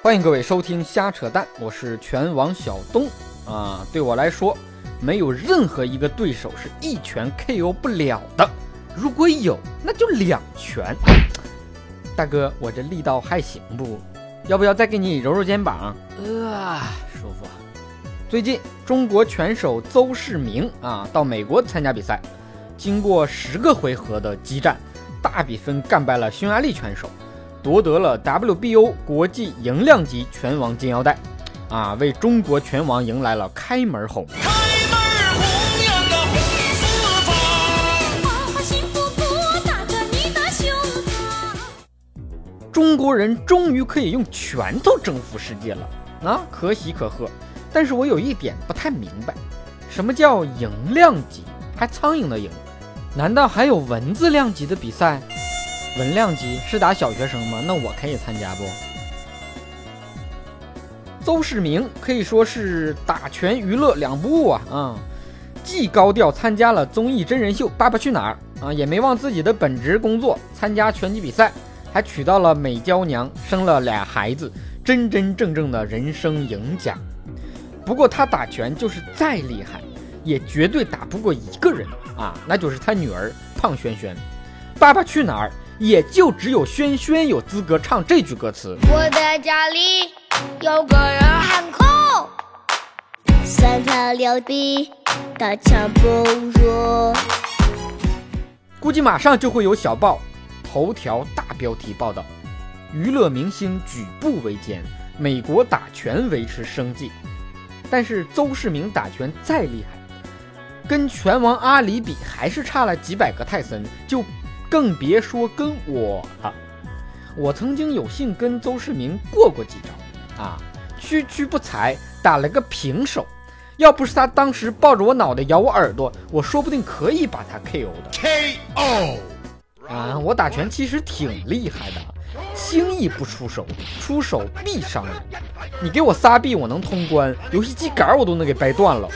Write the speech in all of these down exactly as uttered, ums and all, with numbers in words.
欢迎各位收听瞎扯淡，我是拳王小东啊。对我来说，没有任何一个对手是一拳 K O 不了的，如果有，那就两拳。大哥，我这力道还行不？要不要再给你揉揉肩膀？呃，舒服。最近，中国拳手邹市明啊到美国参加比赛，经过十个回合的激战，大比分干败了匈牙利拳手。夺得了 W B O 国际银量级拳王金腰带，啊，为中国拳王迎来了开门红。 开门红呀个红四方，花花幸福不打着你的胸膛。 中国人终于可以用拳头征服世界了，啊，可喜可贺。但是我有一点不太明白，什么叫银量级？还苍蝇的蝇？难道还有文字量级的比赛？文量级是打小学生吗？那我可以参加不？邹市明可以说是打拳娱乐两不误啊啊！既高调参加了综艺真人秀《爸爸去哪儿》啊，也没忘自己的本职工作，参加拳击比赛，还娶到了美娇娘，生了俩孩子，真真正正的人生赢家。不过他打拳就是再厉害，也绝对打不过一个人啊，那就是他女儿胖萱萱。《爸爸去哪儿》也就只有萱萱有资格唱这句歌词。 我的家里有个人喊口，三条六臂大枪不入。 估计马上就会有小报头条大标题报道，娱乐明星举步维艰，美国打拳维持生计。但是邹市明打拳再厉害，跟拳王阿里比还是差了几百个泰森，就更别说跟我了。我曾经有幸跟邹市明过过几招啊，区区不才，打了个平手。要不是他当时抱着我脑袋咬我耳朵，我说不定可以把他 K O 的。 K O 啊，我打拳其实挺厉害的，轻易不出手，出手必伤人。你给我仨币，我能通关，游戏机杆我都能给掰断了。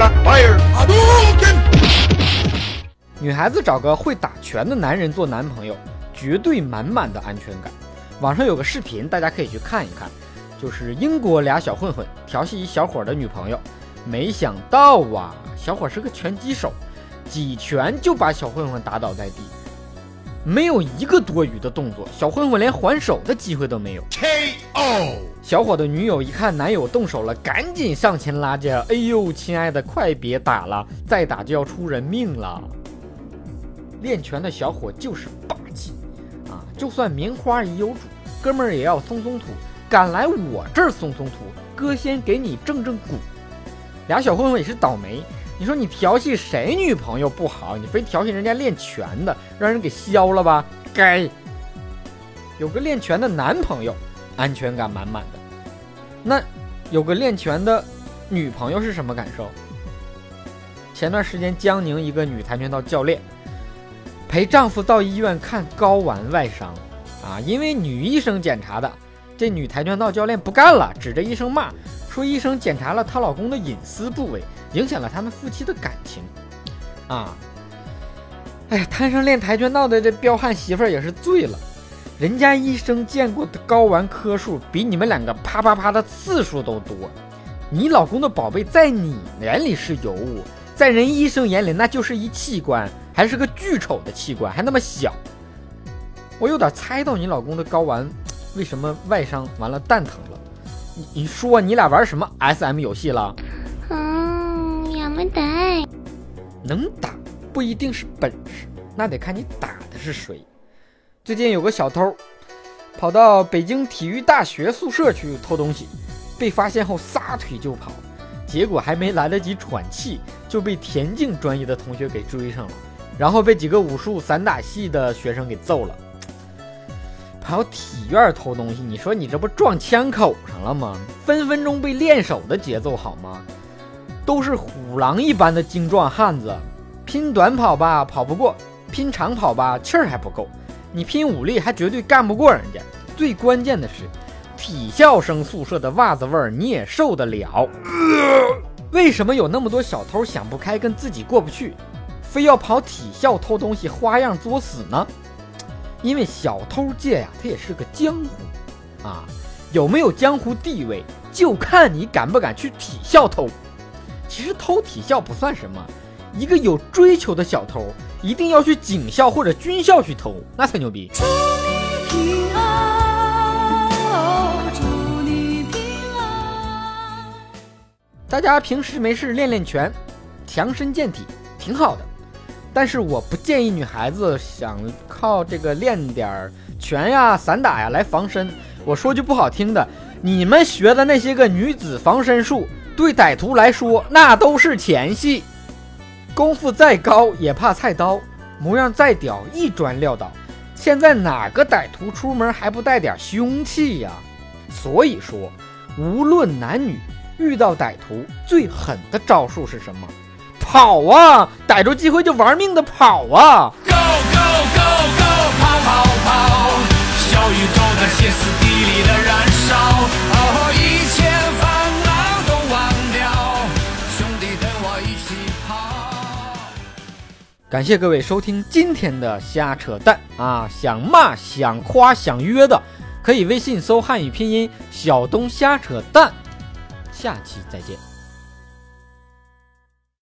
女孩子找个会打拳的男人做男朋友，绝对满满的安全感。网上有个视频，大家可以去看一看，就是英国俩小混混调戏一小伙的女朋友，没想到啊，小伙是个拳击手，几拳就把小混混打倒在地，没有一个多余的动作，小混混连还手的机会都没有。 K O 小伙的女友一看男友动手了，赶紧上前拉架，哎呦亲爱的快别打了，再打就要出人命了。练拳的小伙就是霸气啊！就算名花已有主，哥们儿也要松松土，敢来我这儿松松土，哥先给你正正骨。俩小混混也是倒霉，你说你调戏谁女朋友不好，你非调戏人家练拳的，让人给削了吧？该有个练拳的男朋友，安全感满满的。那有个练拳的女朋友是什么感受？前段时间江宁一个女跆拳道教练陪丈夫到医院看睾丸外伤啊，因为女医生检查的，这女跆拳道教练不干了，指着医生骂，说医生检查了她老公的隐私部位，影响了他们夫妻的感情啊。哎呀，摊上练跆拳道的这彪悍媳妇儿也是醉了，人家医生见过的睾丸颗数比你们两个啪啪啪的次数都多，你老公的宝贝在你眼里是尤物，在人医生眼里那就是一器官，还是个巨丑的器官，还那么小。我有点猜到你老公的睾丸为什么外伤完了蛋疼了。你你说你俩玩什么 S M 游戏了？ 嗯，也没得。 能打不一定是本事，那得看你打的是谁。最近有个小偷跑到北京体育大学宿舍去偷东西，被发现后撒腿就跑，结果还没来得及喘气，就被田径专业的同学给追上了，然后被几个武术散打系的学生给揍了。跑体院偷东西，你说你这不撞枪口上了吗？分分钟被练手的节奏好吗？都是虎狼一般的精壮汉子，拼短跑吧跑不过，拼长跑吧气儿还不够，你拼武力还绝对干不过人家。最关键的是，体校生宿舍的袜子味儿你也受得了。为什么有那么多小偷想不开，跟自己过不去，非要跑体校偷东西，花样作死呢？因为小偷界呀、啊，它也是个江湖啊， 有没有江湖地位，就看你敢不敢去体校偷。其实偷体校不算什么，一个有追求的小偷一定要去警校或者军校去偷，那才牛逼。 祝你平安，哦，祝你平安。 大家平时没事练练拳，强身健体挺好的，但是我不建议女孩子想靠这个练点拳呀、散打呀来防身。我说句不好听的，你们学的那些个女子防身术，对歹徒来说那都是前戏。功夫再高也怕菜刀，模样再屌一砖撂倒。现在哪个歹徒出门还不带点凶器呀？所以说，无论男女，遇到歹徒最狠的招数是什么？跑啊！逮住机会就玩命的跑啊 Go go go go， 跑跑跑！小宇宙的歇斯底里的燃烧，哦，一切烦恼都忘掉，兄弟跟我一起跑。 感谢各位收听今天的瞎扯淡啊！想骂、想夸、想约的，可以微信搜汉语拼音小东瞎扯淡。下期再见。